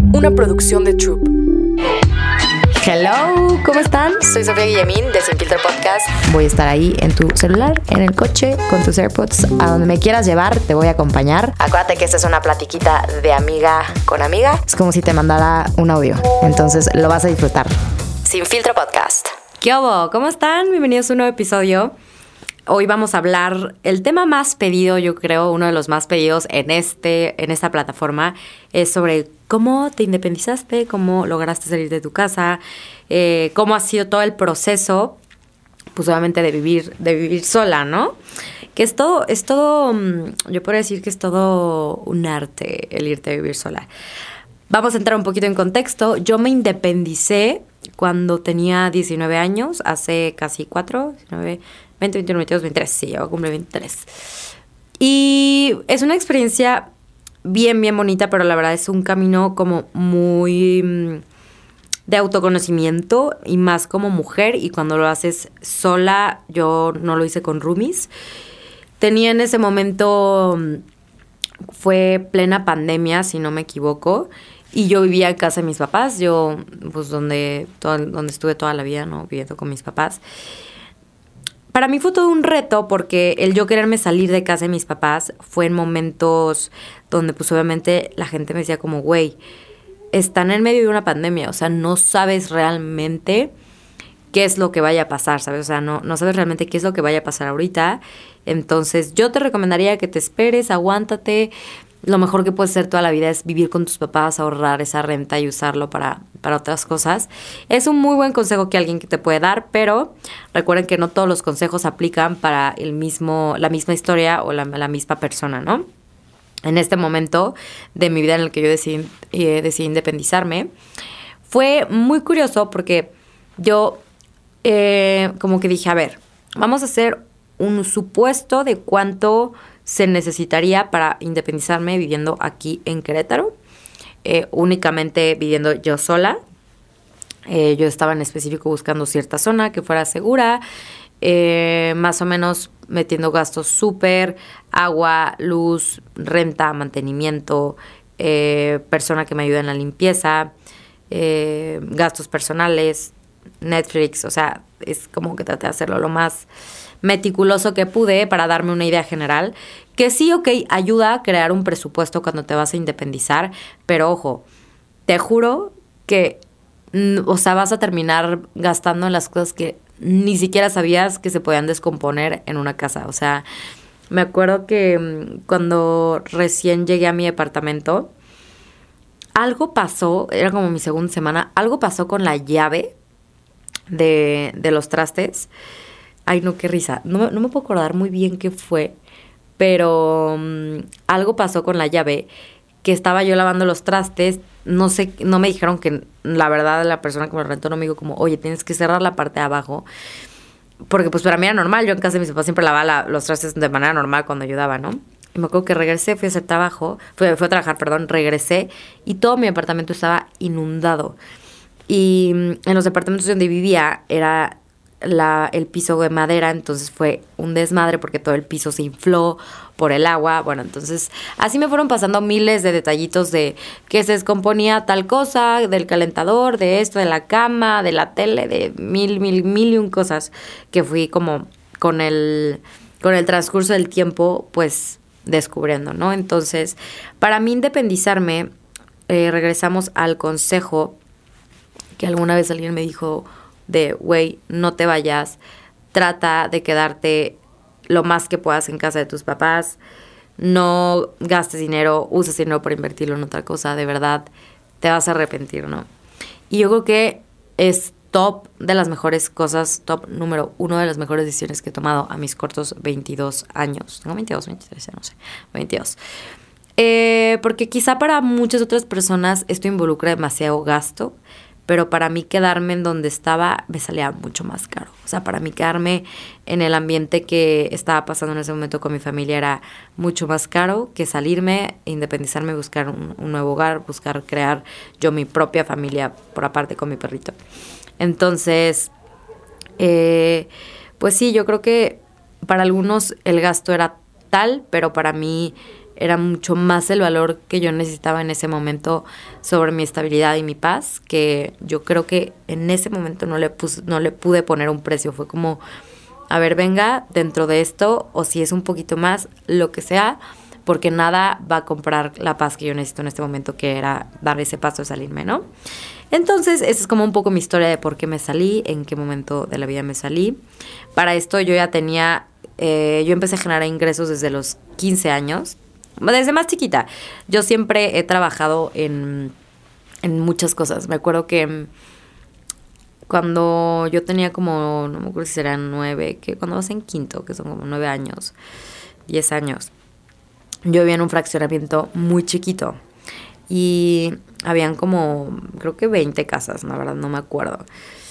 una producción de Troop. Hello, ¿cómo están? Soy Sofía Guillemín de Sin Filtro Podcast. Voy a estar ahí en tu celular, en el coche, con tus AirPods, a donde me quieras llevar, te voy a acompañar. Acuérdate que esta es una platiquita de amiga con amiga. Es como si te mandara un audio, entonces lo vas a disfrutar. Sin Filtro Podcast. ¿Qué hubo? ¿Cómo están? Bienvenidos a un nuevo episodio. Hoy vamos a hablar, el tema más pedido, yo creo, uno de los más pedidos en esta plataforma, es sobre cómo te independizaste, cómo lograste salir de tu casa, cómo ha sido todo el proceso, pues obviamente de vivir sola, ¿no? Que es todo, yo podría decir que es todo un arte el irte a vivir sola. Vamos a entrar un poquito en contexto. Yo me independicé cuando tenía 19 años, hace casi 20, 21, 22, 23. Sí, ya voy a cumplir 23. Y es una experiencia bien bonita, pero la verdad es un camino como muy de autoconocimiento y más como mujer. Y cuando lo haces sola, yo no lo hice con roomies. Tenía en ese momento, fue plena pandemia, si no me equivoco. Y yo vivía en casa de mis papás. Yo, pues, donde estuve toda la vida, ¿no? Viviendo con mis papás. Para mí fue todo un reto porque el yo quererme salir de casa de mis papás fue en momentos donde pues obviamente la gente me decía como, güey, están en medio de una pandemia, o sea, no sabes realmente qué es lo que vaya a pasar, ¿sabes? O sea, no sabes realmente qué es lo que vaya a pasar ahorita. Entonces yo te recomendaría que te esperes, aguántate. Lo mejor que puedes hacer toda la vida es vivir con tus papás, ahorrar esa renta y usarlo para otras cosas. Es un muy buen consejo que alguien que te puede dar, pero recuerden que no todos los consejos aplican para la misma historia o la misma persona, ¿no? En este momento de mi vida en el que yo decidí independizarme, fue muy curioso porque yo como que dije, a ver, vamos a hacer un supuesto de cuánto se necesitaría para independizarme viviendo aquí en Querétaro, únicamente viviendo yo sola. Yo estaba en específico buscando cierta zona que fuera segura, más o menos metiendo gastos súper, agua, luz, renta, mantenimiento, persona que me ayude en la limpieza, gastos personales, Netflix, o sea, es como que traté de hacerlo lo más meticuloso que pude para darme una idea general, que sí, ok, ayuda a crear un presupuesto cuando te vas a independizar, pero ojo, te juro que, o sea, vas a terminar gastando en las cosas que ni siquiera sabías que se podían descomponer en una casa. O sea, me acuerdo que cuando recién llegué a mi departamento, algo pasó, era como mi segunda semana, algo pasó con la llave de los trastes. Ay, no, qué risa. No me puedo acordar muy bien qué fue, pero algo pasó con la llave, que estaba yo lavando los trastes. No sé, no me dijeron que, la verdad, la persona que me rentó no me dijo como, oye, tienes que cerrar la parte de abajo. Porque pues para mí era normal. Yo en casa de mis papás siempre lavaba los trastes de manera normal cuando ayudaba, ¿no? Y me acuerdo que regresé, fui a hacer trabajo, fui a trabajar, regresé, y todo mi apartamento estaba inundado. Y en los departamentos donde vivía era el piso de madera, entonces fue un desmadre porque todo el piso se infló por el agua. Bueno, entonces así me fueron pasando miles de detallitos de que se descomponía tal cosa, del calentador, de esto, de la cama, de la tele, de mil y un cosas que fui como con el transcurso del tiempo pues descubriendo, ¿no? Entonces, para mí independizarme, regresamos al consejo que alguna vez alguien me dijo de, güey, no te vayas, trata de quedarte lo más que puedas en casa de tus papás, no gastes dinero, uses dinero para invertirlo en otra cosa, de verdad, te vas a arrepentir, ¿no? Y yo creo que es top de las mejores cosas, top número 1 de las mejores decisiones que he tomado a mis cortos 22 años. Tengo 22, 23, no sé, 22. Porque quizá para muchas otras personas esto involucra demasiado gasto, pero para mí quedarme en donde estaba me salía mucho más caro. O sea, para mí quedarme en el ambiente que estaba pasando en ese momento con mi familia era mucho más caro que salirme, independizarme, buscar un nuevo hogar, buscar crear yo mi propia familia por aparte con mi perrito. Entonces, pues sí, yo creo que para algunos el gasto era tal, pero para mí era mucho más el valor que yo necesitaba en ese momento sobre mi estabilidad y mi paz, que yo creo que en ese momento no le pude poner un precio. Fue como, a ver, venga, dentro de esto, o si es un poquito más, lo que sea, porque nada va a comprar la paz que yo necesito en este momento, que era dar ese paso de salirme, ¿no? Entonces, esa es como un poco mi historia de por qué me salí, en qué momento de la vida me salí. Para esto yo ya tenía, yo empecé a generar ingresos desde los 15 años, desde más chiquita. Yo siempre he trabajado en muchas cosas. Me acuerdo que cuando yo tenía como, no me acuerdo si eran 9, que cuando vas en quinto, que son como 9 años, 10 años, yo vivía en un fraccionamiento muy chiquito y habían como, creo que 20 casas, la verdad no me acuerdo.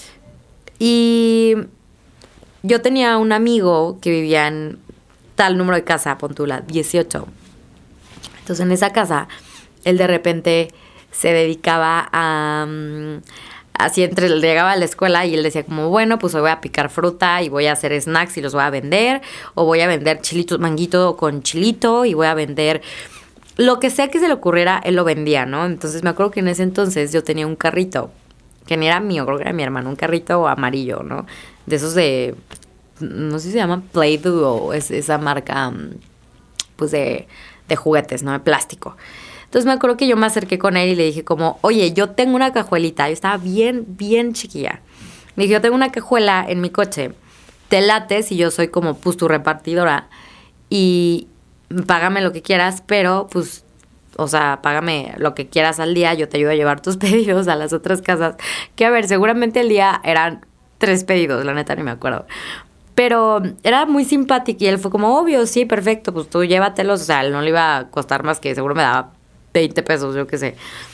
Y yo tenía un amigo que vivía en tal número de casa, pon tú la 18. Entonces en esa casa, él de repente se dedicaba a... así llegaba a la escuela y él decía como, bueno, pues hoy voy a picar fruta y voy a hacer snacks y los voy a vender, o voy a vender chilitos, manguito con chilito, y voy a vender lo que sea que se le ocurriera, él lo vendía, ¿no? Entonces me acuerdo que en ese entonces yo tenía un carrito, que ni era mío, creo que era mi hermano, un carrito amarillo, ¿no? De esos de, no sé si se llaman Play-Doh, es esa marca, pues de juguetes, ¿no? De plástico. Entonces me acuerdo que yo me acerqué con él y le dije como, oye, yo tengo una cajuelita. Yo estaba bien chiquilla. Le dije, yo tengo una cajuela en mi coche. Te lates y yo soy como, pues, tu repartidora. Y págame lo que quieras, pero, pues, o sea, págame lo que quieras al día. Yo te ayudo a llevar tus pedidos a las otras casas. Que, a ver, seguramente el día eran 3 pedidos, la neta, ni me acuerdo. Pero era muy simpático y él fue como, obvio, sí, perfecto, pues tú llévatelos. O sea, no le iba a costar más que seguro me daba 20 pesos, yo qué sé.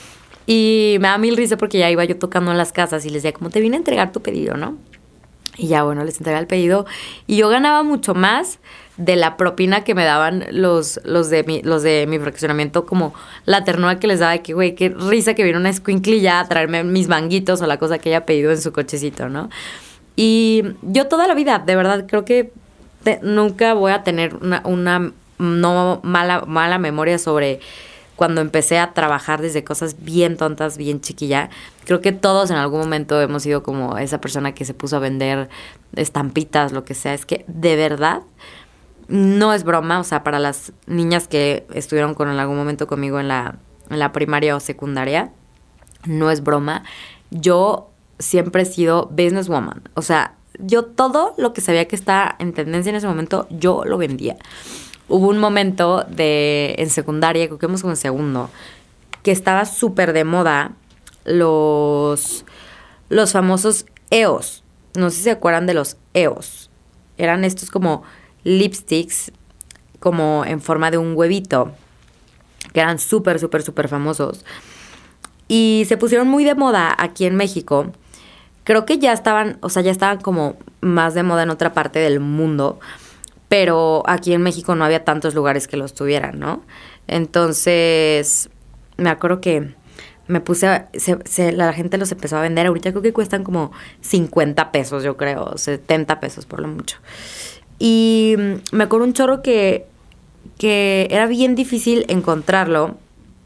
Y me da mil risa porque ya iba yo tocando en las casas y les decía, como te vine a entregar tu pedido, ¿no? Y ya, bueno, les entregaba el pedido. Y yo ganaba mucho más de la propina que me daban los de mi fraccionamiento, como la ternura que les daba de que, güey, qué risa que vino una escuinclilla a traerme mis manguitos o la cosa que haya pedido en su cochecito, ¿no? Y yo toda la vida, de verdad, creo que nunca voy a tener una no mala memoria sobre cuando empecé a trabajar desde cosas bien tontas, bien chiquilla. Creo que todos en algún momento hemos sido como esa persona que se puso a vender estampitas, lo que sea. Es que de verdad no es broma. O sea, para las niñas que estuvieron en algún momento conmigo en la primaria o secundaria, no es broma. Yo siempre he sido businesswoman. O sea, yo todo lo que sabía que estaba en tendencia en ese momento, yo lo vendía. Hubo un momento en secundaria, creo que íbamos como en segundo, que estaba súper de moda los famosos EOS. No sé si se acuerdan de los EOS. Eran estos como lipsticks, como en forma de un huevito, que eran súper famosos. Y se pusieron muy de moda aquí en México. Creo que ya estaban como más de moda en otra parte del mundo, pero aquí en México no había tantos lugares que los tuvieran, ¿no? Entonces, me acuerdo que me puse la gente los empezó a vender. Ahorita creo que cuestan como 50 pesos, yo creo, 70 pesos por lo mucho. Y me acuerdo un chorro que era bien difícil encontrarlos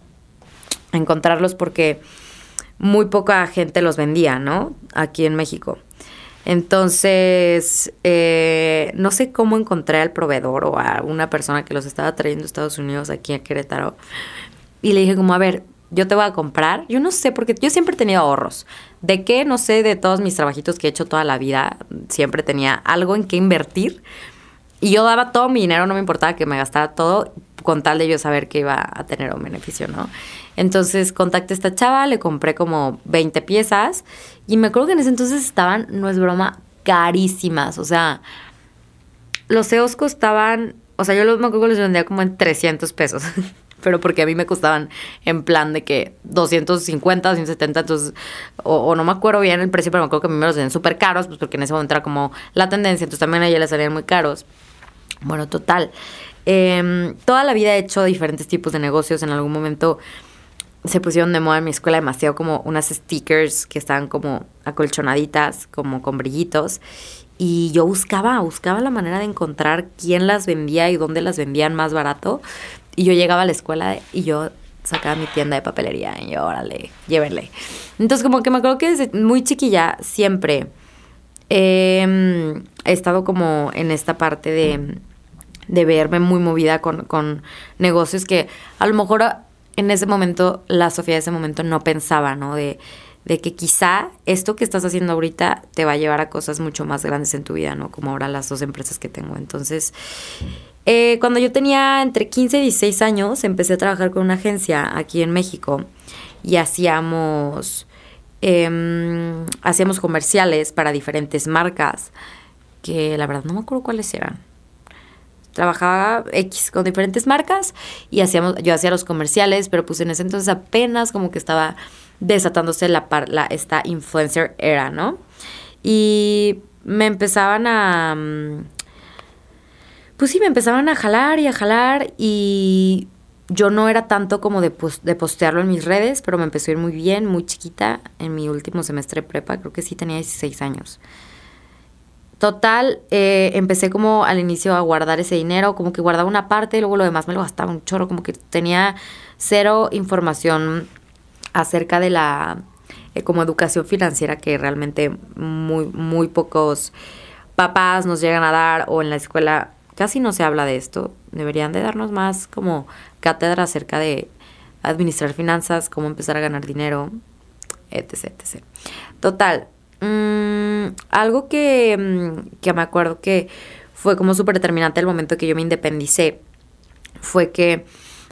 porque muy poca gente los vendía, ¿no? Aquí en México. Entonces, no sé cómo encontré al proveedor o a una persona que los estaba trayendo a Estados Unidos aquí a Querétaro. Y le dije como, a ver, yo te voy a comprar. Yo no sé, porque yo siempre he tenido ahorros. ¿De qué? No sé, de todos mis trabajitos que he hecho toda la vida. Siempre tenía algo en qué invertir. Y yo daba todo mi dinero, no me importaba que me gastara todo, con tal de yo saber que iba a tener un beneficio, ¿no? Entonces contacté a esta chava, le compré como 20 piezas y me acuerdo que en ese entonces estaban, no es broma, carísimas. O sea, los EOS costaban, o sea, yo me acuerdo que los vendía como en 300 pesos, pero porque a mí me costaban en plan de que 250, 270, entonces, o no me acuerdo bien el precio, pero me acuerdo que a mí me los vendían súper caros, pues porque en ese momento era como la tendencia, entonces también a ella les salían muy caros. Bueno, total. Toda la vida he hecho diferentes tipos de negocios. En algún momento se pusieron de moda en mi escuela demasiado como unas stickers que estaban como acolchonaditas, como con brillitos. Y yo buscaba la manera de encontrar quién las vendía y dónde las vendían más barato. Y yo llegaba a la escuela y yo sacaba mi tienda de papelería y yo, órale, llévenle. Entonces, como que me acuerdo que desde muy chiquilla siempre he estado como en esta parte de verme muy movida con negocios que a lo mejor en ese momento, la Sofía de ese momento no pensaba, ¿no? De que quizá esto que estás haciendo ahorita te va a llevar a cosas mucho más grandes en tu vida, ¿no? Como ahora las 2 empresas que tengo. Entonces, cuando yo tenía entre 15 y 16 años, empecé a trabajar con una agencia aquí en México y hacíamos comerciales para diferentes marcas que la verdad no me acuerdo cuáles eran. Trabajaba con diferentes marcas y yo hacía los comerciales, pero pues en ese entonces apenas como que estaba desatándose esta influencer era, ¿no? Y me empezaban pues sí, me empezaban a jalar y yo no era tanto como de postearlo en mis redes, pero me empezó a ir muy bien, muy chiquita, en mi último semestre de prepa, creo que sí tenía 16 años. Total, empecé como al inicio a guardar ese dinero, como que guardaba una parte y luego lo demás me lo gastaba un chorro, como que tenía cero información acerca de la como educación financiera que realmente muy, muy pocos papás nos llegan a dar, o en la escuela casi no se habla de esto. Deberían de darnos más como cátedra acerca de administrar finanzas, cómo empezar a ganar dinero, etc, etc. Total, algo que me acuerdo que fue como súper determinante el momento que yo me independicé fue que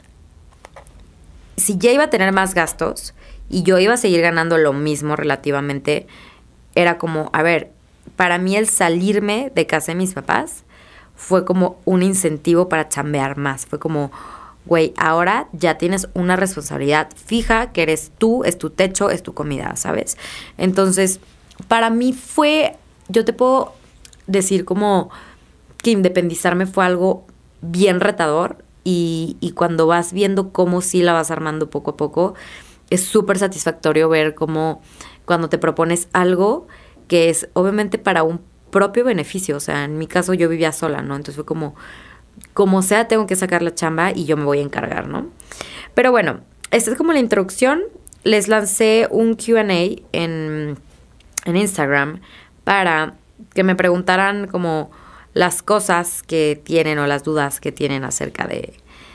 si ya iba a tener más gastos y yo iba a seguir ganando lo mismo relativamente, era como, a ver, para mí el salirme de casa de mis papás fue como un incentivo para chambear más. Fue como, güey, ahora ya tienes una responsabilidad fija, que eres tú, es tu techo, es tu comida, ¿sabes? Entonces, para mí yo te puedo decir como que independizarme fue algo bien retador y cuando vas viendo cómo sí la vas armando poco a poco, es súper satisfactorio ver cómo cuando te propones algo que es obviamente para un propio beneficio. O sea, en mi caso yo vivía sola, ¿no? Entonces fue como sea, tengo que sacar la chamba y yo me voy a encargar, ¿no? Pero bueno, esta es como la introducción. Les lancé un Q&A en Instagram para que me preguntaran como las cosas que tienen o las dudas que tienen acerca de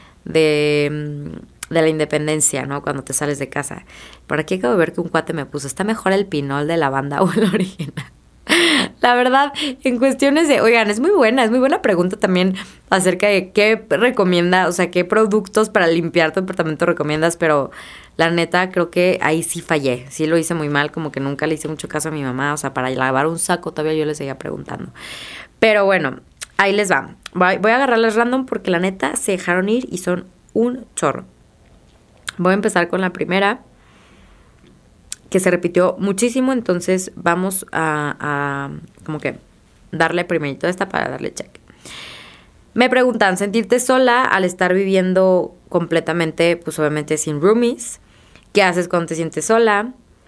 la independencia, ¿no? Cuando te sales de casa. Por aquí acabo de ver que un cuate me puso, ¿está mejor el pinol de lavanda o el original? La verdad, en cuestiones de, oigan, es muy buena pregunta también acerca de qué recomienda, o sea, qué productos para limpiar tu departamento recomiendas, pero la neta creo que ahí sí fallé, sí lo hice muy mal, como que nunca le hice mucho caso a mi mamá, o sea, para lavar un saco todavía yo le seguía preguntando. Pero bueno, ahí les va. Voy a agarrarlas random porque la neta se dejaron ir y son un chorro. Voy a empezar con la primera, que se repitió muchísimo, entonces vamos a como que darle primerito a esta para darle check. Me preguntan, ¿sentirte sola al estar viviendo completamente, pues obviamente sin roomies? ¿Qué haces cuando te sientes sola?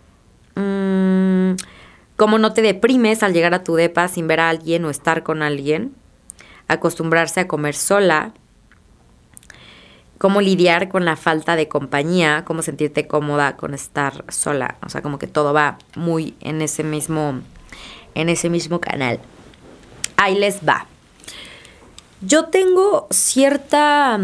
¿Cómo no te deprimes al llegar a tu depa sin ver a alguien o estar con alguien? Acostumbrarse a comer sola. Cómo lidiar con la falta de compañía, cómo sentirte cómoda con estar sola. O sea, como que todo va muy en ese mismo canal. Ahí les va. Yo tengo cierta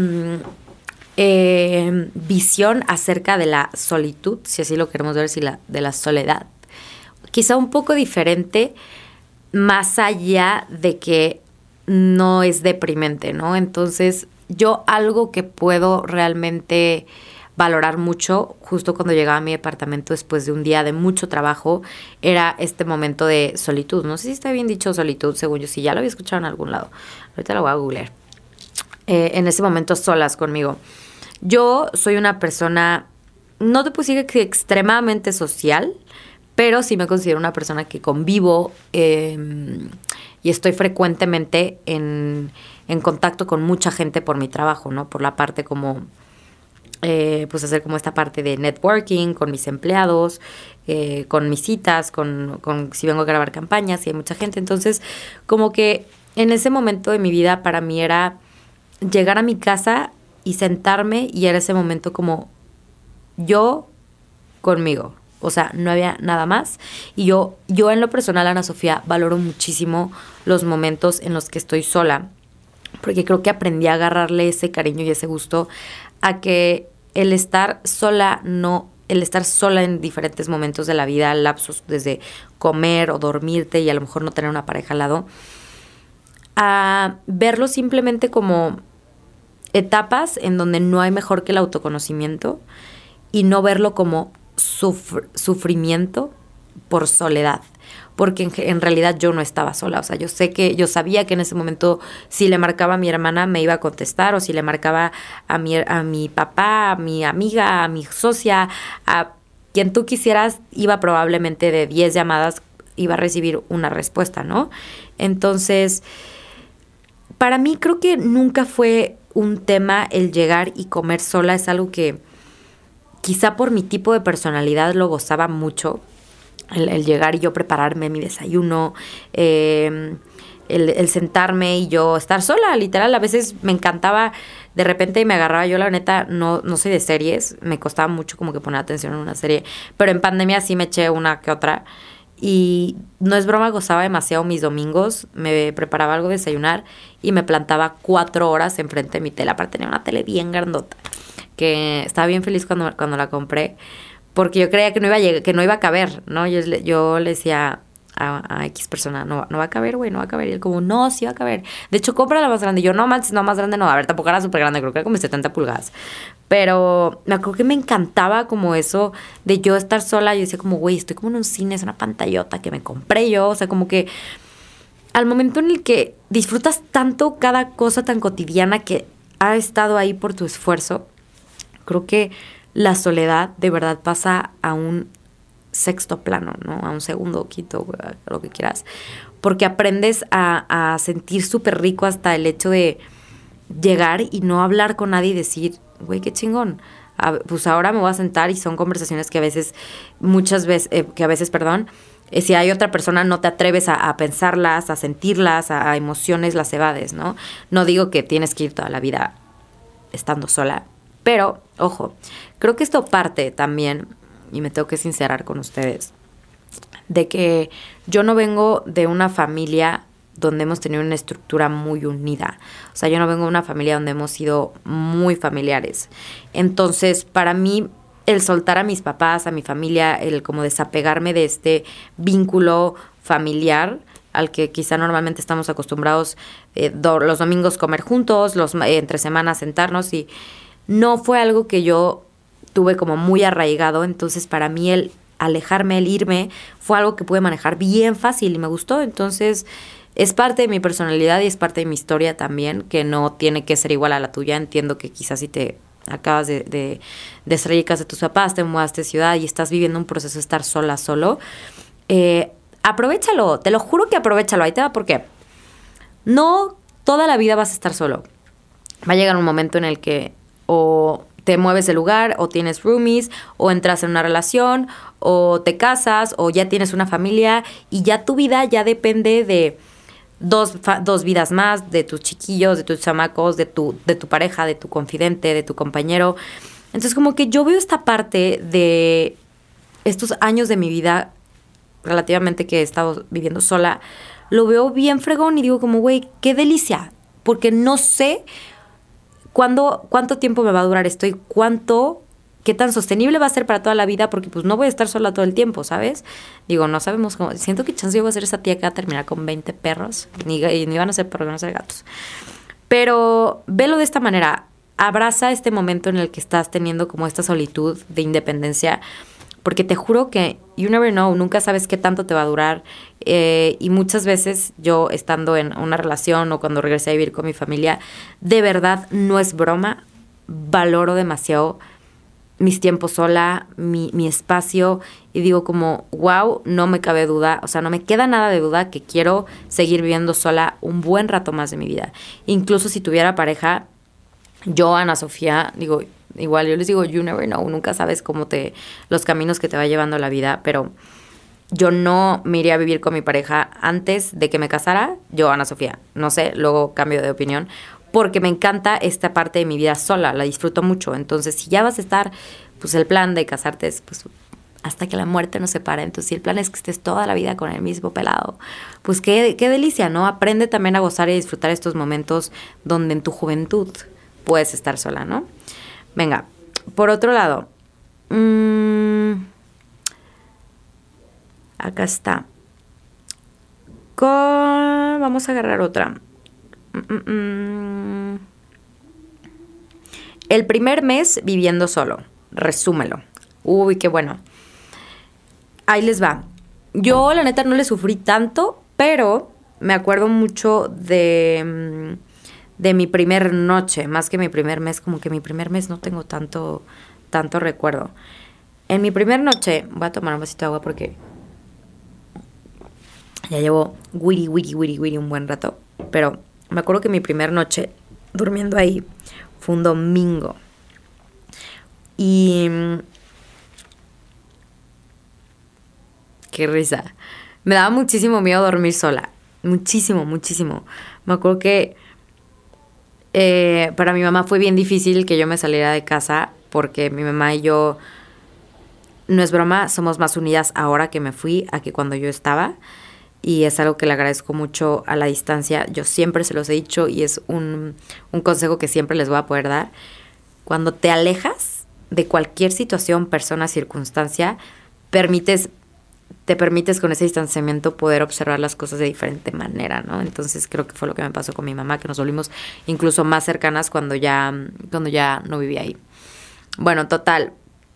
visión acerca de la solitud, si así lo queremos ver, de la soledad. Quizá un poco diferente, más allá de que no es deprimente, ¿no? Entonces, yo algo que puedo realmente valorar mucho, justo cuando llegaba a mi departamento después de un día de mucho trabajo, era este momento de solitud. No sé si está bien dicho solitud, según yo, si ya lo había escuchado en algún lado. Ahorita lo voy a googlear. En ese momento solas conmigo. Yo soy una persona, no te puedo decir que extremadamente social, pero sí me considero una persona que convivo y estoy frecuentemente en contacto con mucha gente por mi trabajo, ¿no? Por la parte como, pues hacer como esta parte de networking con mis empleados, con mis citas, con si vengo a grabar campañas y hay mucha gente. Entonces, como que en ese momento de mi vida para mí era llegar a mi casa y sentarme y era ese momento como yo conmigo. O sea, no había nada más. Y yo en lo personal, Ana Sofía, valoro muchísimo los momentos en los que estoy sola. Porque creo que aprendí a agarrarle ese cariño y ese gusto a que el estar sola en diferentes momentos de la vida, lapsos desde comer o dormirte y a lo mejor no tener una pareja al lado, a verlo simplemente como etapas en donde no hay mejor que el autoconocimiento y no verlo como sufrimiento por soledad, porque en realidad yo no estaba sola. O sea, yo sabía que en ese momento si le marcaba a mi hermana me iba a contestar, o si le marcaba a mi papá, a mi amiga, a mi socia, a quien tú quisieras, iba probablemente de 10 llamadas, iba a recibir una respuesta, ¿no? Entonces, para mí creo que nunca fue un tema el llegar y comer sola. Es algo que quizá por mi tipo de personalidad lo gozaba mucho, el llegar y yo prepararme mi desayuno, el sentarme y yo estar sola, literal. A veces me encantaba, de repente me agarraba, yo la neta no soy de series, me costaba mucho como que poner atención en una serie, pero en pandemia sí me eché una que otra. Y no es broma, gozaba demasiado mis domingos, me preparaba algo de desayunar y me plantaba 4 horas enfrente de mi tele. Aparte tenía una tele bien grandota, que estaba bien feliz cuando la compré, porque yo creía que no iba a llegar, que no iba a caber, ¿no? Yo le decía a X persona, no va a caber, güey, no va a caber. Y él como, no, sí va a caber. De hecho, compra la más grande. Y yo, no, manches, no, más grande no. A ver, tampoco era súper grande, creo que era como 70 pulgadas. Pero me acuerdo que me encantaba como eso de yo estar sola. Yo decía como, güey, estoy como en un cine, es una pantallota que me compré yo. O sea, como que al momento en el que disfrutas tanto cada cosa tan cotidiana que ha estado ahí por tu esfuerzo, creo que la soledad de verdad pasa a un sexto plano, ¿no? A un segundo, quinto, lo que quieras. Porque aprendes a sentir súper rico hasta el hecho de llegar y no hablar con nadie y decir, güey, qué chingón. Pues ahora me voy a sentar, y son conversaciones que a veces, si hay otra persona no te atreves a pensarlas, a sentirlas, a emociones, las evades, ¿no? No digo que tienes que ir toda la vida estando sola, pero, ojo, creo que esto parte también, y me tengo que sincerar con ustedes, de que yo no vengo de una familia donde hemos tenido una estructura muy unida. O sea, yo no vengo de una familia donde hemos sido muy familiares. Entonces, para mí, el soltar a mis papás, a mi familia, el como desapegarme de este vínculo familiar al que quizá normalmente estamos acostumbrados, los domingos comer juntos, entre semanas sentarnos, y no fue algo que yo tuve como muy arraigado. Entonces, para mí el alejarme, el irme, fue algo que pude manejar bien fácil y me gustó. Entonces, es parte de mi personalidad y es parte de mi historia también, que no tiene que ser igual a la tuya. Entiendo que quizás si te acabas de salir de casa de tus papás, te mudaste de ciudad y estás viviendo un proceso de estar solo, aprovéchalo, te lo juro que aprovéchalo. Ahí te va, porque no toda la vida vas a estar solo. Va a llegar un momento en el que o te mueves de lugar, o tienes roomies, o entras en una relación, o te casas, o ya tienes una familia, y ya tu vida ya depende de dos vidas más, de tus chiquillos, de tus chamacos, de tu pareja, de tu confidente, de tu compañero. Entonces, como que yo veo esta parte de estos años de mi vida relativamente que he estado viviendo sola, lo veo bien fregón y digo como, güey, qué delicia, porque no sé cuánto tiempo me va a durar esto y qué tan sostenible va a ser para toda la vida, porque pues no voy a estar sola todo el tiempo, ¿sabes? Digo, no sabemos cómo. Siento que chance yo voy a ser esa tía que va a terminar con 20 perros, ni van a ser perros, van a ser gatos. Pero velo de esta manera, abraza este momento en el que estás teniendo como esta solitud de independencia, porque te juro que you never know, nunca sabes qué tanto te va a durar. Y muchas veces yo, estando en una relación o cuando regresé a vivir con mi familia, de verdad, no es broma, valoro demasiado mis tiempos sola, mi espacio, y digo como, wow, no me cabe duda, o sea, no me queda nada de duda que quiero seguir viviendo sola un buen rato más de mi vida. Incluso si tuviera pareja, yo, Ana Sofía, digo, igual yo les digo, you never know, nunca sabes los caminos que te va llevando la vida, pero yo no me iría a vivir con mi pareja antes de que me casara, yo, Ana Sofía, no sé, luego cambio de opinión, porque me encanta esta parte de mi vida sola, la disfruto mucho. Entonces, si ya vas a estar, pues el plan de casarte es pues hasta que la muerte nos separe. Entonces, si el plan es que estés toda la vida con el mismo pelado, pues qué delicia, ¿no? Aprende también a gozar y disfrutar estos momentos donde en tu juventud puedes estar sola, ¿no? Venga, por otro lado, acá está. Vamos a agarrar otra. El primer mes viviendo solo. Resúmelo. Uy, qué bueno. Ahí les va. Yo, la neta, no le sufrí tanto, pero me acuerdo mucho de mi primer noche, más que mi primer mes, como que mi primer mes no tengo tanto recuerdo. En mi primer noche, voy a tomar un vasito de agua porque ya llevo wiri un buen rato, pero me acuerdo que mi primer noche durmiendo ahí fue un domingo. Y qué risa. Me daba muchísimo miedo dormir sola. Muchísimo. Me acuerdo que para mi mamá fue bien difícil que yo me saliera de casa porque mi mamá y yo, no es broma, somos más unidas ahora que me fui a que cuando yo estaba. Y es algo que le agradezco mucho a la distancia. Yo siempre se los he dicho y es un consejo que siempre les voy a poder dar. Cuando te alejas de cualquier situación, persona, circunstancia, te permites con ese distanciamiento poder observar las cosas de diferente manera, ¿no? Entonces creo que fue lo que me pasó con mi mamá, que nos volvimos incluso más cercanas cuando ya no vivía ahí. Bueno, total.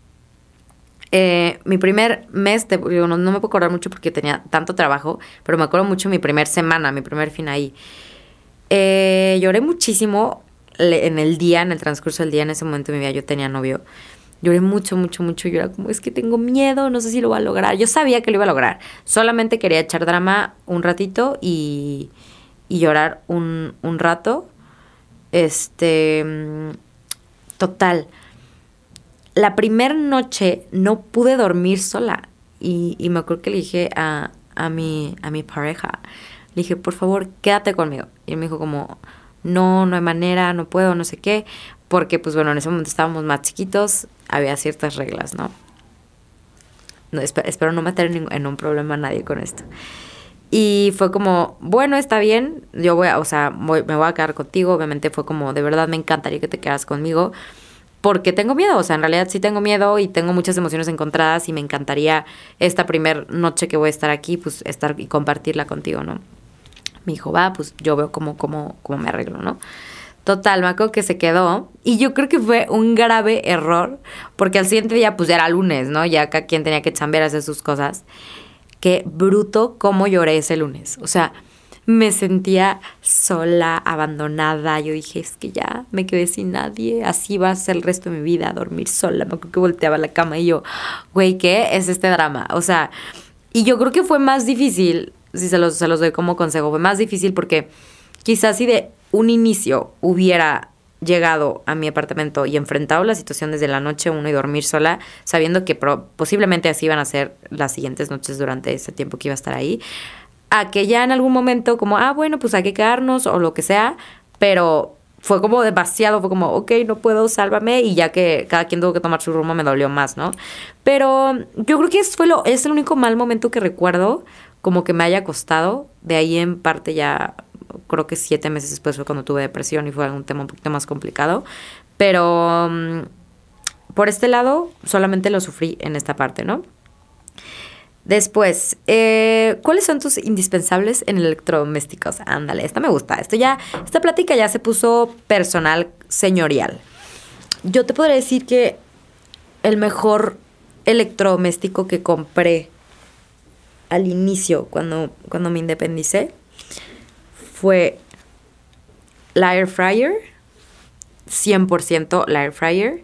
Mi primer mes, no me puedo acordar mucho porque tenía tanto trabajo, pero me acuerdo mucho mi primer semana, mi primer fin ahí. Lloré muchísimo en el transcurso del día. En ese momento de mi vida yo tenía novio. Lloré mucho. Yo era como, es que tengo miedo, no sé si lo voy a lograr. Yo sabía que lo iba a lograr. Solamente quería echar drama un ratito y llorar un rato. Total. La primera noche no pude dormir sola. Y me acuerdo que le dije a mi pareja, le dije, por favor, quédate conmigo. Y él me dijo como, no hay manera, no puedo, no sé qué. Porque, pues bueno, en ese momento estábamos más chiquitos, había ciertas reglas, ¿no? Espero no meter en un problema a nadie con esto. Y fue como, bueno, está bien, me voy a quedar contigo. Obviamente fue como, de verdad me encantaría que te quedaras conmigo, porque tengo miedo, o sea, en realidad sí tengo miedo y tengo muchas emociones encontradas y me encantaría esta primer noche que voy a estar aquí, pues estar y compartirla contigo, ¿no? Me dijo, va, pues yo veo cómo me arreglo, ¿no? Total, me acuerdo que se quedó y yo creo que fue un grave error porque al siguiente día pues ya era lunes, ¿no? Ya cada quien tenía que chambear, hacer sus cosas. Qué bruto cómo lloré ese lunes. O sea, me sentía sola, abandonada. Yo dije, es que ya me quedé sin nadie. Así va a ser el resto de mi vida, dormir sola. Me acuerdo que volteaba a la cama y yo, güey, ¿qué es este drama? O sea, y yo creo que fue más difícil, si se los doy como consejo, fue más difícil porque quizás si de un inicio hubiera llegado a mi apartamento y enfrentado la situación desde la noche 1 y dormir sola, sabiendo que posiblemente así iban a ser las siguientes noches durante ese tiempo que iba a estar ahí, a que ya en algún momento como, bueno, pues hay que quedarnos o lo que sea, pero fue como demasiado, fue como, ok, no puedo, sálvame, y ya que cada quien tuvo que tomar su rumbo me dolió más, ¿no? Pero yo creo que es el único mal momento que recuerdo como que me haya costado. De ahí en parte ya creo que 7 meses después fue cuando tuve depresión y fue un tema un poquito más complicado, pero por este lado solamente lo sufrí en esta parte, ¿no? Después, ¿cuáles son tus indispensables en electrodomésticos? Ándale, esta me gusta. Esta plática ya se puso personal, señorial. Yo te podría decir que el mejor electrodoméstico que compré al inicio, cuando me independicé, fue la air fryer, 100% la air fryer.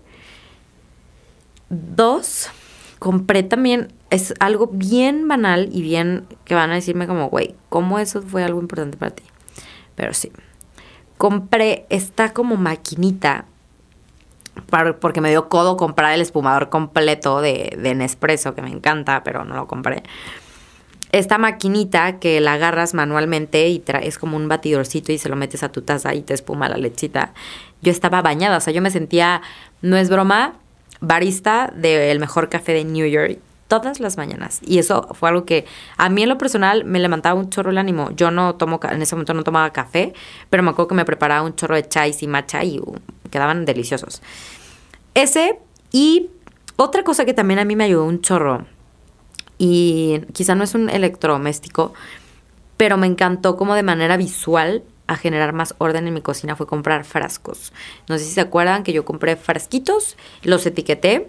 2, compré también, es algo bien banal y bien que van a decirme como, güey, ¿cómo eso fue algo importante para ti? Pero sí, compré esta como maquinita, porque me dio codo comprar el espumador completo de Nespresso, que me encanta, pero no lo compré. esta maquinita que la agarras manualmente y es como un batidorcito y se lo metes a tu taza y te espuma la lechita. Yo estaba bañada, o sea, yo me sentía, no es broma, barista del mejor café de New York todas las mañanas. Y eso fue algo que a mí en lo personal me levantaba un chorro el ánimo. Yo no tomo, en ese momento no tomaba café, pero me acuerdo que me preparaba un chorro de chais y matcha y quedaban deliciosos. Ese, y otra cosa que también a mí me ayudó un chorro, y quizá no es un electrodoméstico, pero me encantó como de manera visual a generar más orden en mi cocina, fue comprar frascos. No sé si se acuerdan que yo compré frasquitos, los etiqueté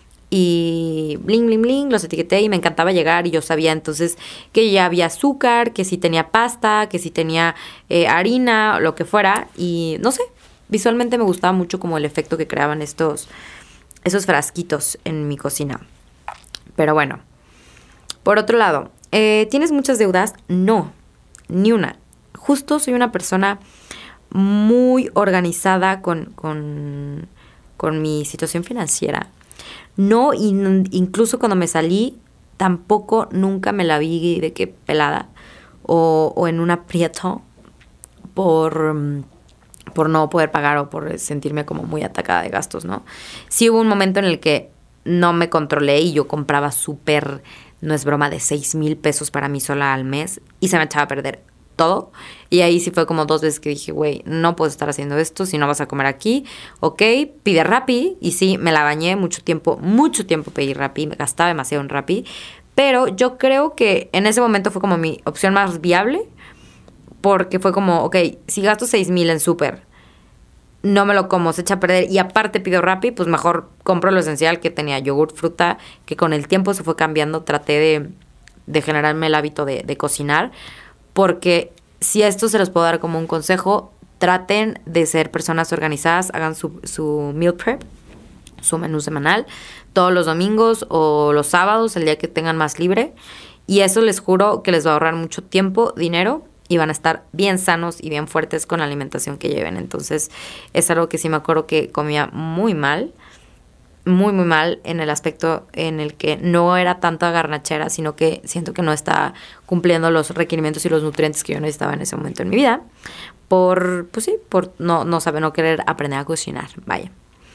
y bling, bling, bling, los etiqueté y me encantaba llegar y yo sabía entonces que ya había azúcar, que si tenía pasta, que si tenía harina, lo que fuera, y no sé, visualmente me gustaba mucho como el efecto que creaban esos frasquitos en mi cocina. Pero bueno, por otro lado, ¿tienes muchas deudas? No, ni una. Justo soy una persona muy organizada con mi situación financiera. No, incluso cuando me salí, tampoco nunca me la vi de que pelada o en un aprieto por no poder pagar o por sentirme como muy atacada de gastos, ¿no? Sí hubo un momento en el que no me controlé y yo compraba súper, no es broma, de 6,000 pesos para mí sola al mes y se me echaba a perder todo. Y ahí sí fue como 2 veces que dije, güey, no puedes estar haciendo esto si no vas a comer aquí. Ok, pide Rappi. Y sí, me la bañé mucho tiempo pedí Rappi. Me gastaba demasiado en Rappi. Pero yo creo que en ese momento fue como mi opción más viable. Porque fue como, ok, si gasto 6,000 en súper, no me lo como, se echa a perder y aparte pido Rappi, pues mejor compro lo esencial, que tenía yogurt, fruta, que con el tiempo se fue cambiando. Traté de generarme el hábito de cocinar. Porque si a esto se los puedo dar como un consejo, traten de ser personas organizadas, hagan su meal prep, su menú semanal, todos los domingos o los sábados, el día que tengan más libre. Y eso les juro que les va a ahorrar mucho tiempo, dinero, y van a estar bien sanos y bien fuertes con la alimentación que lleven. Entonces, es algo que sí me acuerdo que comía muy mal, muy, muy mal en el aspecto en el que no era tanto garnachera, sino que siento que no estaba cumpliendo los requerimientos y los nutrientes que yo necesitaba en ese momento en mi vida. Por no saber, no querer aprender a cocinar. Vaya.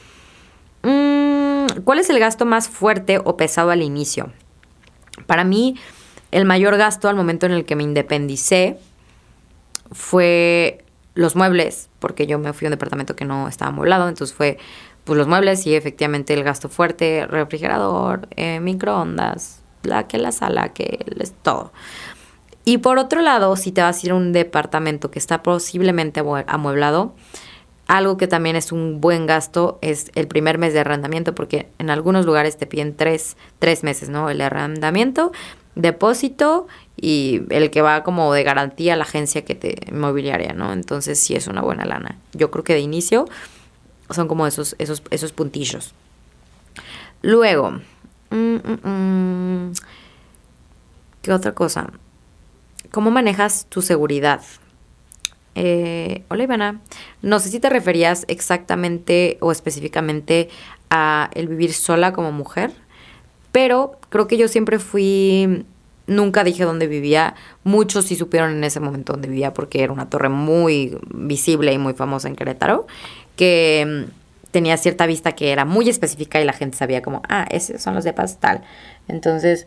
¿Cuál es el gasto más fuerte o pesado al inicio? Para mí, el mayor gasto al momento en el que me independicé fue los muebles, porque yo me fui a un departamento que no estaba amueblado, entonces fue pues los muebles y efectivamente el gasto fuerte, refrigerador, microondas, la sala, todo. Y por otro lado, si te vas a ir a un departamento que está posiblemente amueblado, algo que también es un buen gasto es el primer mes de arrendamiento, porque en algunos lugares te piden 3 meses, ¿no? El arrendamiento, depósito y el que va como de garantía a la agencia que te inmobiliaria, ¿no? Entonces sí es una buena lana. Yo creo que de inicio son como esos puntillos. Luego, ¿qué otra cosa? ¿Cómo manejas tu seguridad? Hola Ivana, no sé si te referías exactamente o específicamente a el vivir sola como mujer, pero creo que yo siempre nunca dije dónde vivía. Muchos sí supieron en ese momento dónde vivía porque era una torre muy visible y muy famosa en Querétaro, que tenía cierta vista que era muy específica y la gente sabía como, esos son los depas tal. Entonces,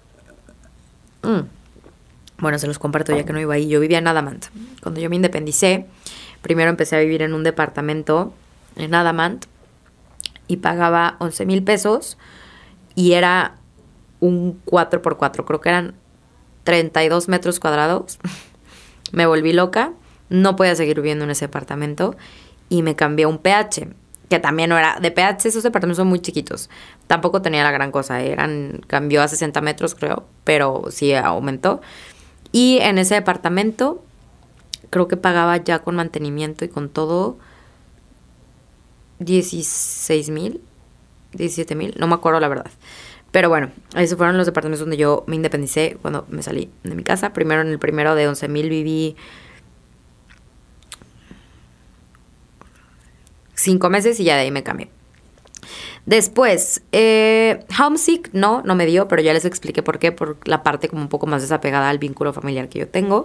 bueno, se los comparto ya que no iba ahí. Yo vivía en Adamant. Cuando yo me independicé, primero empecé a vivir en un departamento en Adamant y pagaba 11,000 pesos y era un 4x4. Creo que eran 32 metros cuadrados. Me volví loca. No podía seguir viviendo en ese departamento y me cambié a un PH, que también no era de PH. Esos departamentos son muy chiquitos. Tampoco tenía la gran cosa. Cambió a 60 metros, creo, pero sí aumentó. Y en ese departamento creo que pagaba ya con mantenimiento y con todo 16,000, 17,000, no me acuerdo la verdad. Pero bueno, esos fueron los departamentos donde yo me independicé cuando me salí de mi casa. Primero en el primero de 11,000 viví 5 meses y ya de ahí me cambié. Después, homesick, no me dio, pero ya les expliqué por qué, por la parte como un poco más desapegada al vínculo familiar que yo tengo.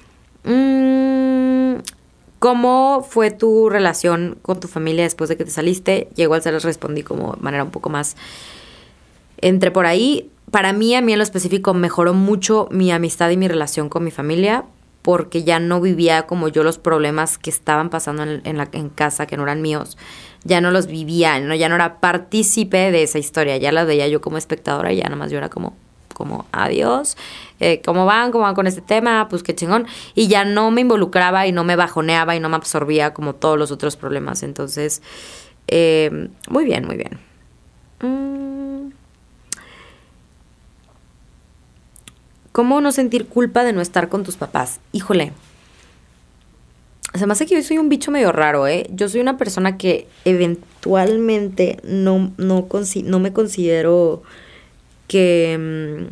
¿Cómo fue tu relación con tu familia después de que te saliste? Yo igual se les respondí como de manera un poco más entre por ahí. Para mí, a mí en lo específico, mejoró mucho mi amistad y mi relación con mi familia porque ya no vivía como yo los problemas que estaban pasando en casa, que no eran míos. Ya no los vivía, ¿no? Ya no era partícipe de esa historia. Ya la veía yo como espectadora y ya nada más yo era como adiós, ¿cómo van con este tema? Pues qué chingón. Y ya no me involucraba y no me bajoneaba y no me absorbía como todos los otros problemas. Entonces, muy bien, muy bien. ¿Cómo no sentir culpa de no estar con tus papás? Híjole. Se me hace que yo soy un bicho medio raro, ¿eh? Yo soy una persona que eventualmente no me considero que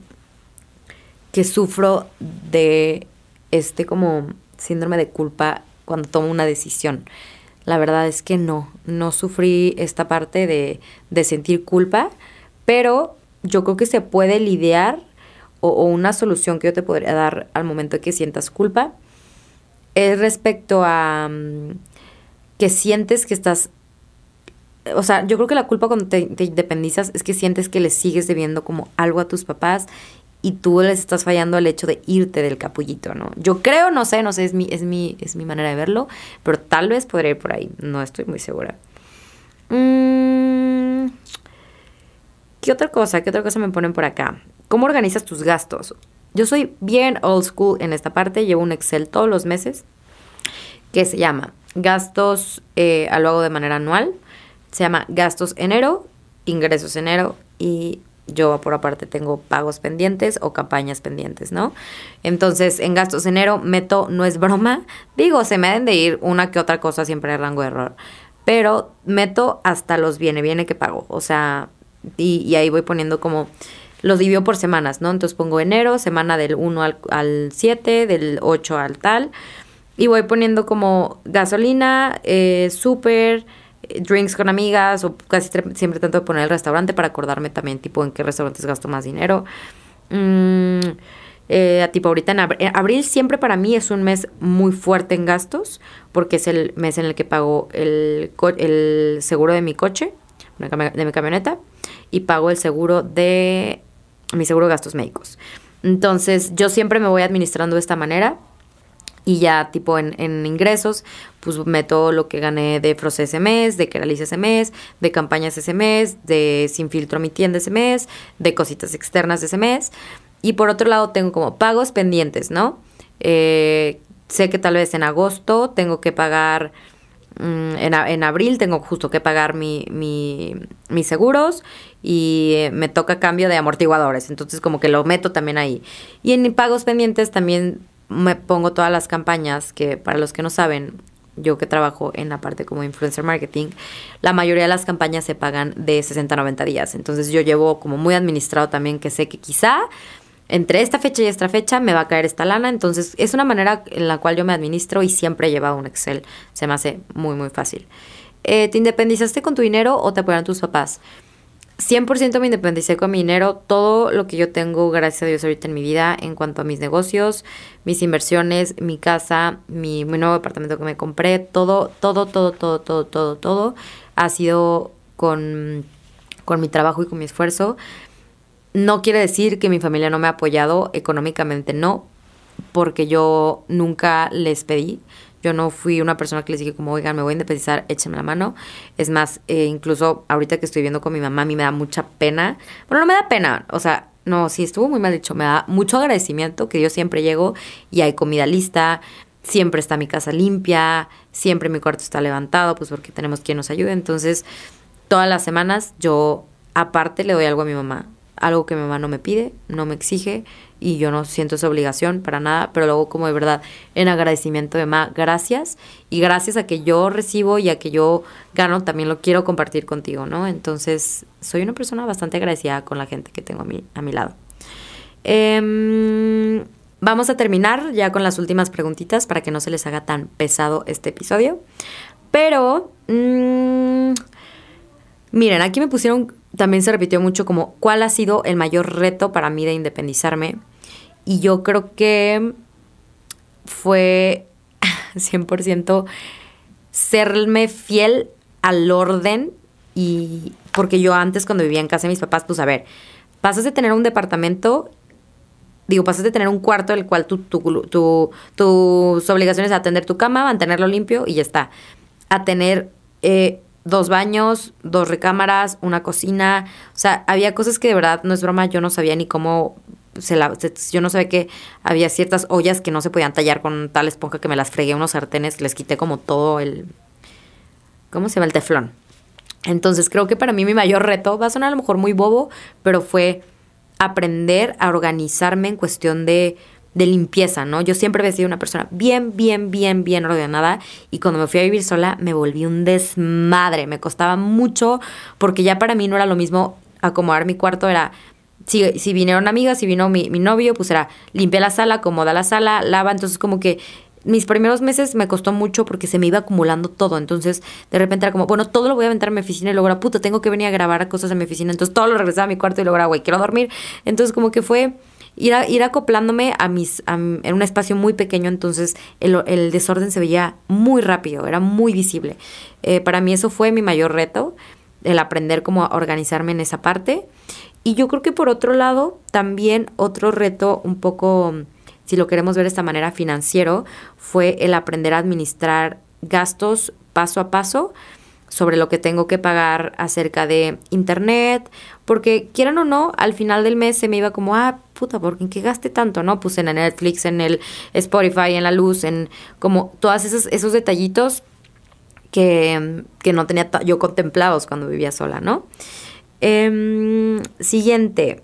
sufro de como síndrome de culpa cuando tomo una decisión. La verdad es que no sufrí esta parte de sentir culpa, pero yo creo que se puede lidiar o una solución que yo te podría dar al momento de que sientas culpa es respecto a que sientes que estás... O sea, yo creo que la culpa cuando te independizas es que sientes que le sigues debiendo como algo a tus papás y tú les estás fallando al hecho de irte del capullito, ¿no? Yo creo, no sé, es mi manera de verlo, pero tal vez podría ir por ahí, no estoy muy segura. ¿Qué otra cosa me ponen por acá? ¿Cómo organizas tus gastos? Yo soy bien old school en esta parte, llevo un Excel todos los meses que se llama gastos, lo hago de manera anual, se llama gastos enero, ingresos enero y yo por aparte tengo pagos pendientes o campañas pendientes, ¿no? Entonces en gastos enero meto, no es broma, digo, se me deben de ir una que otra cosa, siempre hay rango de error, pero meto hasta los viene que pago, o sea, y ahí voy poniendo como... Los divido por semanas, ¿no? Entonces pongo enero, semana del 1 al 7, del 8 al tal. Y voy poniendo como gasolina, súper, drinks con amigas, o casi siempre trato de poner el restaurante para acordarme también tipo en qué restaurantes gasto más dinero. Tipo ahorita en abril siempre para mí es un mes muy fuerte en gastos, porque es el mes en el que pago el seguro de mi coche, de mi camioneta, y pago el seguro de... mi seguro de gastos médicos. Entonces, yo siempre me voy administrando de esta manera y ya tipo en ingresos, pues meto lo que gané de Froze ese mes, de Keralice ese mes, de campañas ese mes, de Sin Filtro mi tienda ese mes, de cositas externas de ese mes. Y por otro lado tengo como pagos pendientes, ¿no? Sé que tal vez en agosto tengo que pagar... En abril tengo justo que pagar mis seguros y me toca cambio de amortiguadores, entonces como que lo meto también ahí. Y en pagos pendientes también me pongo todas las campañas que, para los que no saben, yo que trabajo en la parte como influencer marketing, la mayoría de las campañas se pagan de 60 a 90 días, entonces yo llevo como muy administrado también, que sé que quizá entre esta fecha y esta fecha me va a caer esta lana. Entonces es una manera en la cual yo me administro y siempre he llevado un Excel. Se me hace muy, muy fácil. ¿Te independizaste con tu dinero o te apoyaron tus papás? 100% me independicé con mi dinero. Todo lo que yo tengo, gracias a Dios, ahorita en mi vida, en cuanto a mis negocios, mis inversiones, mi casa, mi nuevo departamento que me compré, todo ha sido con mi trabajo y con mi esfuerzo. No quiere decir que mi familia no me ha apoyado económicamente, no, porque yo nunca les pedí. Yo no fui una persona que les dije como, oigan, me voy a independizar, échenme la mano. Es más, incluso ahorita que estoy viviendo con mi mamá, a mí me da mucha pena. Bueno, no me da pena, o sea, no, sí estuvo muy mal dicho. Me da mucho agradecimiento que yo siempre llego y hay comida lista, siempre está mi casa limpia, siempre mi cuarto está levantado, pues porque tenemos quien nos ayude. Entonces, todas las semanas yo aparte le doy algo a mi mamá. Algo que mi mamá no me pide, no me exige y yo no siento esa obligación para nada, pero luego como de verdad en agradecimiento de mamá, gracias, y gracias a que yo recibo y a que yo gano también lo quiero compartir contigo, ¿no? Entonces soy una persona bastante agradecida con la gente que tengo a mi lado. Vamos a terminar ya con las últimas preguntitas para que no se les haga tan pesado este episodio, pero... Miren, aquí me pusieron, también se repitió mucho como cuál ha sido el mayor reto para mí de independizarme. Y yo creo que fue 100% serme fiel al orden. Y porque yo antes, cuando vivía en casa de mis papás, pues a ver, pasas de tener un departamento, pasas de tener un cuarto en el cual tus obligaciones es atender tu cama, mantenerlo limpio y ya está, a tener 2 baños, 2 recámaras, una cocina. O sea, había cosas que de verdad, no es broma, yo no sabía ni cómo yo no sabía que había ciertas ollas que no se podían tallar con tal esponja, que me las fregué, unos sartenes que les quité como todo el, ¿cómo se llama? El teflón. Entonces creo que para mí mi mayor reto, va a sonar a lo mejor muy bobo, pero fue aprender a organizarme en cuestión de limpieza, ¿no? Yo siempre había sido una persona bien ordenada, y cuando me fui a vivir sola me volví un desmadre. Me costaba mucho porque ya para mí no era lo mismo acomodar mi cuarto. Era, si vinieron amigas, si vino mi novio, pues era limpia la sala, acomoda la sala, lava. Entonces como que mis primeros meses me costó mucho porque se me iba acumulando todo. Entonces, de repente era como, bueno, todo lo voy a aventar en mi oficina, y luego era, puta, tengo que venir a grabar cosas en mi oficina. Entonces, todo lo regresaba a mi cuarto y luego era, güey, quiero dormir. Entonces, como que fue ir acoplándome en un espacio muy pequeño. Entonces, el desorden se veía muy rápido, era muy visible. Para mí eso fue mi mayor reto, el aprender cómo a organizarme en esa parte. Y yo creo que por otro lado, también otro reto un poco, si lo queremos ver de esta manera, financiero, fue el aprender a administrar gastos paso a paso sobre lo que tengo que pagar acerca de internet, porque quieran o no, al final del mes se me iba como, puta, ¿por qué gasté tanto? ¿No? Pues en el Netflix, en el Spotify, en la luz, en como todos esos detallitos que no tenía yo contemplados cuando vivía sola, ¿no? Siguiente.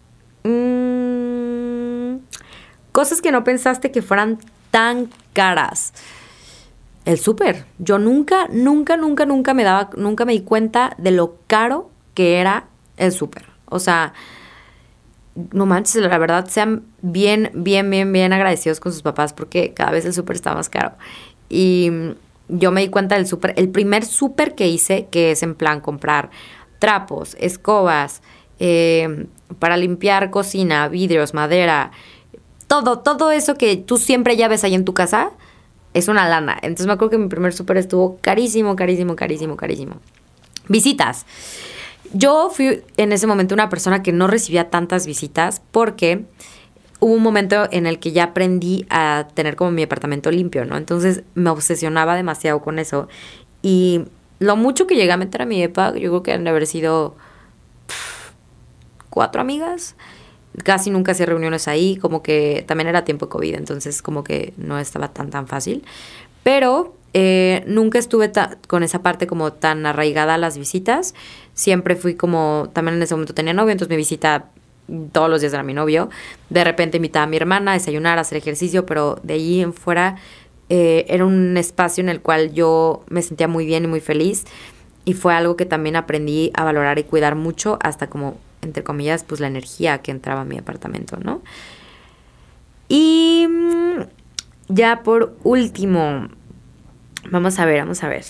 Cosas que no pensaste que fueran tan caras. El súper. Yo nunca me di cuenta de lo caro que era el súper. O sea, no manches, la verdad, sean bien agradecidos con sus papás, porque cada vez el súper está más caro. Y yo me di cuenta del súper. El primer súper que hice, que es en plan comprar trapos, escobas, para limpiar cocina, vidrios, madera, todo eso que tú siempre ya ves ahí en tu casa, es una lana. Entonces me acuerdo que mi primer súper estuvo carísimo. Visitas. Yo fui en ese momento una persona que no recibía tantas visitas, porque hubo un momento en el que ya aprendí a tener como mi apartamento limpio, ¿no? Entonces me obsesionaba demasiado con eso. Y lo mucho que llegué a meter a mi depa, yo creo que han de haber sido 4 amigas. Casi nunca hacía reuniones ahí, como que también era tiempo de COVID, entonces como que no estaba tan fácil. Pero nunca estuve con esa parte como tan arraigada a las visitas. Siempre fui como, también en ese momento tenía novio, entonces mi visita todos los días era mi novio. De repente invitaba a mi hermana a desayunar, a hacer ejercicio, pero de ahí en fuera era un espacio en el cual yo me sentía muy bien y muy feliz. Y fue algo que también aprendí a valorar y cuidar mucho, hasta como, entre comillas, pues la energía que entraba a mi apartamento, ¿no? Y ya por último, vamos a ver.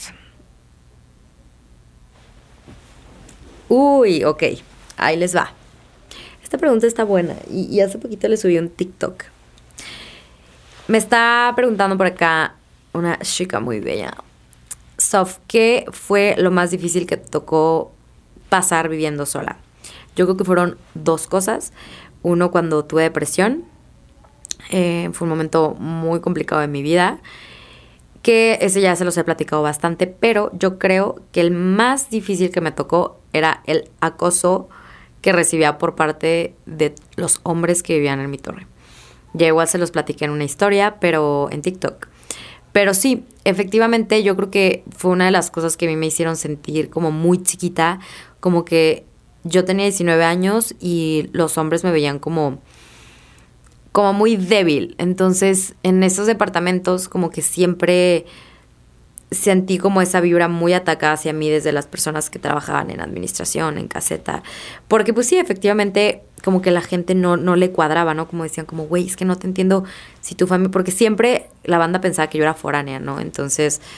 Uy, ok, ahí les va. Esta pregunta está buena y hace poquito le subí un TikTok. Me está preguntando por acá una chica muy bella. Sof, ¿qué fue lo más difícil que te tocó pasar viviendo sola? Yo creo que fueron 2 cosas. Uno, cuando tuve depresión. Fue un momento muy complicado en mi vida, que ese ya se los he platicado bastante, pero yo creo que el más difícil que me tocó era el acoso que recibía por parte de los hombres que vivían en mi torre. Ya igual se los platiqué en una historia, pero en TikTok. Pero sí, efectivamente, yo creo que fue una de las cosas que a mí me hicieron sentir como muy chiquita, como que yo tenía 19 años y los hombres me veían como muy débil. Entonces, en esos departamentos como que siempre sentí como esa vibra muy atacada hacia mí desde las personas que trabajaban en administración, en caseta. Porque pues sí, efectivamente, como que la gente no le cuadraba, ¿no? Como decían, como, güey, es que no te entiendo si tu familia... Porque siempre la banda pensaba que yo era foránea, ¿no? Entonces,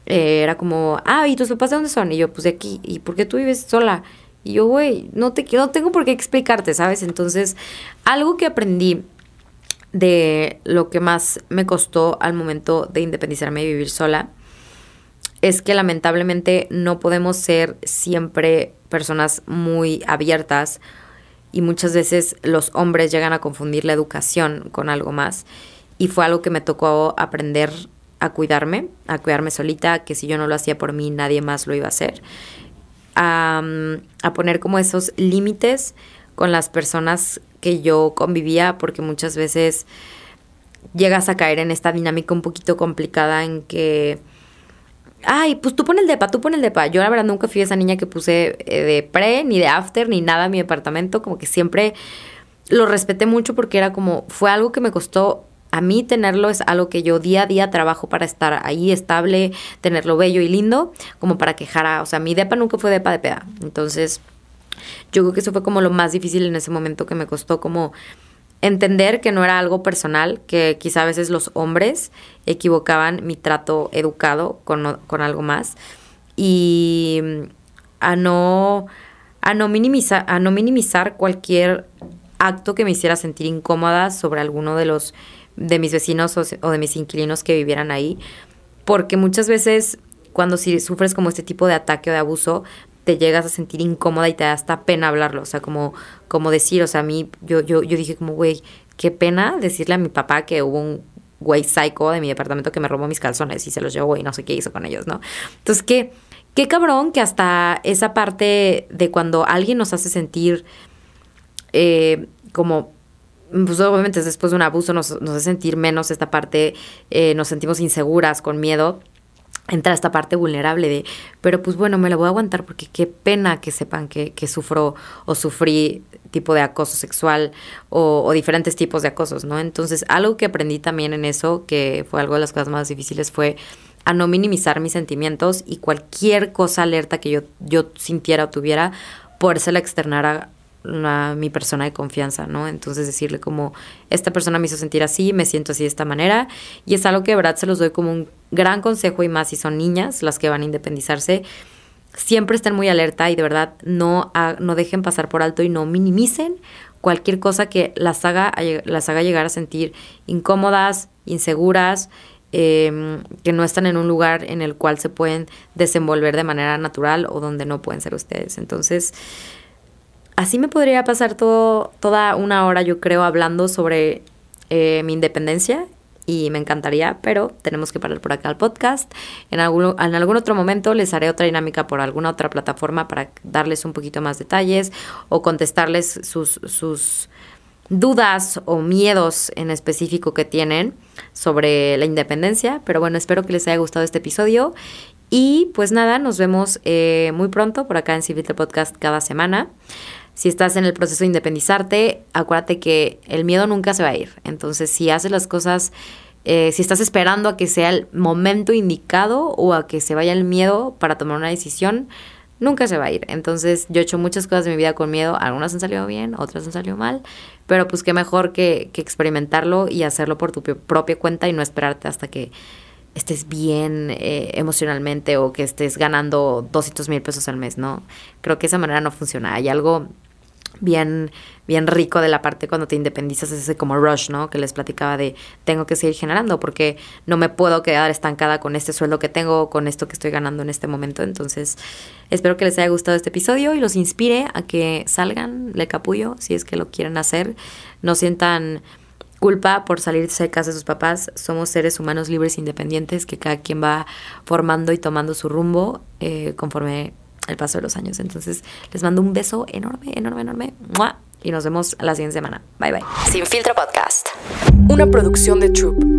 era como, ¿y tus papás de dónde son? Y yo, pues de aquí. ¿Y por qué tú vives sola? Y yo, güey, no tengo por qué explicarte, ¿sabes? Entonces, algo que aprendí de lo que más me costó al momento de independizarme y vivir sola es que lamentablemente no podemos ser siempre personas muy abiertas y muchas veces los hombres llegan a confundir la educación con algo más. Y fue algo que me tocó aprender a cuidarme solita, que si yo no lo hacía por mí, nadie más lo iba a hacer. A poner como esos límites con las personas que yo convivía, porque muchas veces llegas a caer en esta dinámica un poquito complicada en que, pues tú pon el depa. Yo la verdad nunca fui esa niña que puse de pre, ni de after, ni nada en mi departamento, como que siempre lo respeté mucho porque era como, fue algo que me costó. A mí tenerlo es algo que yo día a día trabajo para estar ahí estable, tenerlo bello y lindo, como para quejar. O sea, mi depa nunca fue depa de peda. Entonces, yo creo que eso fue como lo más difícil en ese momento, que me costó como entender que no era algo personal, que quizá a veces los hombres equivocaban mi trato educado con algo más. Y a no minimizar cualquier acto que me hiciera sentir incómoda sobre alguno de mis vecinos o de mis inquilinos que vivieran ahí, porque muchas veces cuando si sufres como este tipo de ataque o de abuso, te llegas a sentir incómoda y te da hasta pena hablarlo, o sea, como decir, o sea, a mí, yo dije como, güey, qué pena decirle a mi papá que hubo un güey psycho de mi departamento que me robó mis calzones y se los llevó y no sé qué hizo con ellos, ¿no? Entonces, qué cabrón que hasta esa parte de cuando alguien nos hace sentir como, pues obviamente después de un abuso nos hace sentir menos esta parte, nos sentimos inseguras, con miedo, entra esta parte vulnerable pero pues bueno, me la voy a aguantar porque qué pena que sepan que sufro o sufrí tipo de acoso sexual o diferentes tipos de acosos, ¿no? Entonces, algo que aprendí también en eso, que fue algo de las cosas más difíciles, fue a no minimizar mis sentimientos y cualquier cosa alerta que yo sintiera o tuviera, podérsela externar a mi persona de confianza, ¿no? Entonces decirle como, esta persona me hizo sentir así, me siento así de esta manera, y es algo que de verdad se los doy como un gran consejo, y más si son niñas las que van a independizarse, siempre estén muy alerta y de verdad no dejen pasar por alto y no minimicen cualquier cosa que las haga llegar a sentir incómodas, inseguras, que no están en un lugar en el cual se pueden desenvolver de manera natural o donde no pueden ser ustedes. Entonces, así me podría pasar toda una hora, yo creo, hablando sobre mi independencia, y me encantaría, pero tenemos que parar por acá el podcast. En algún otro momento les haré otra dinámica por alguna otra plataforma para darles un poquito más detalles o contestarles sus dudas o miedos en específico que tienen sobre la independencia. Pero bueno, espero que les haya gustado este episodio. Y pues nada, nos vemos muy pronto por acá en Sin Filtro Podcast cada semana. Si estás en el proceso de independizarte, acuérdate que el miedo nunca se va a ir. Entonces, si haces las cosas, si estás esperando a que sea el momento indicado o a que se vaya el miedo para tomar una decisión, nunca se va a ir. Entonces, yo he hecho muchas cosas de mi vida con miedo. Algunas han salido bien, otras han salido mal. Pero pues qué mejor que experimentarlo y hacerlo por tu propia cuenta y no esperarte hasta que estés bien emocionalmente o que estés ganando 200,000 pesos al mes, ¿no? Creo que esa manera no funciona. Hay algo bien rico de la parte cuando te independizas, ese como rush, ¿no? Que les platicaba de tengo que seguir generando porque no me puedo quedar estancada con este sueldo que tengo, con esto que estoy ganando en este momento. Entonces, espero que les haya gustado este episodio y los inspire a que salgan de capullo si es que lo quieren hacer. No sientan culpa por salirse de casa de sus papás. Somos seres humanos libres e independientes que cada quien va formando y tomando su rumbo conforme el paso de los años. Entonces, les mando un beso enorme, enorme, enorme. ¡Mua! Y nos vemos la siguiente semana. Bye, bye. Sin Filtro Podcast. Una producción de Troop.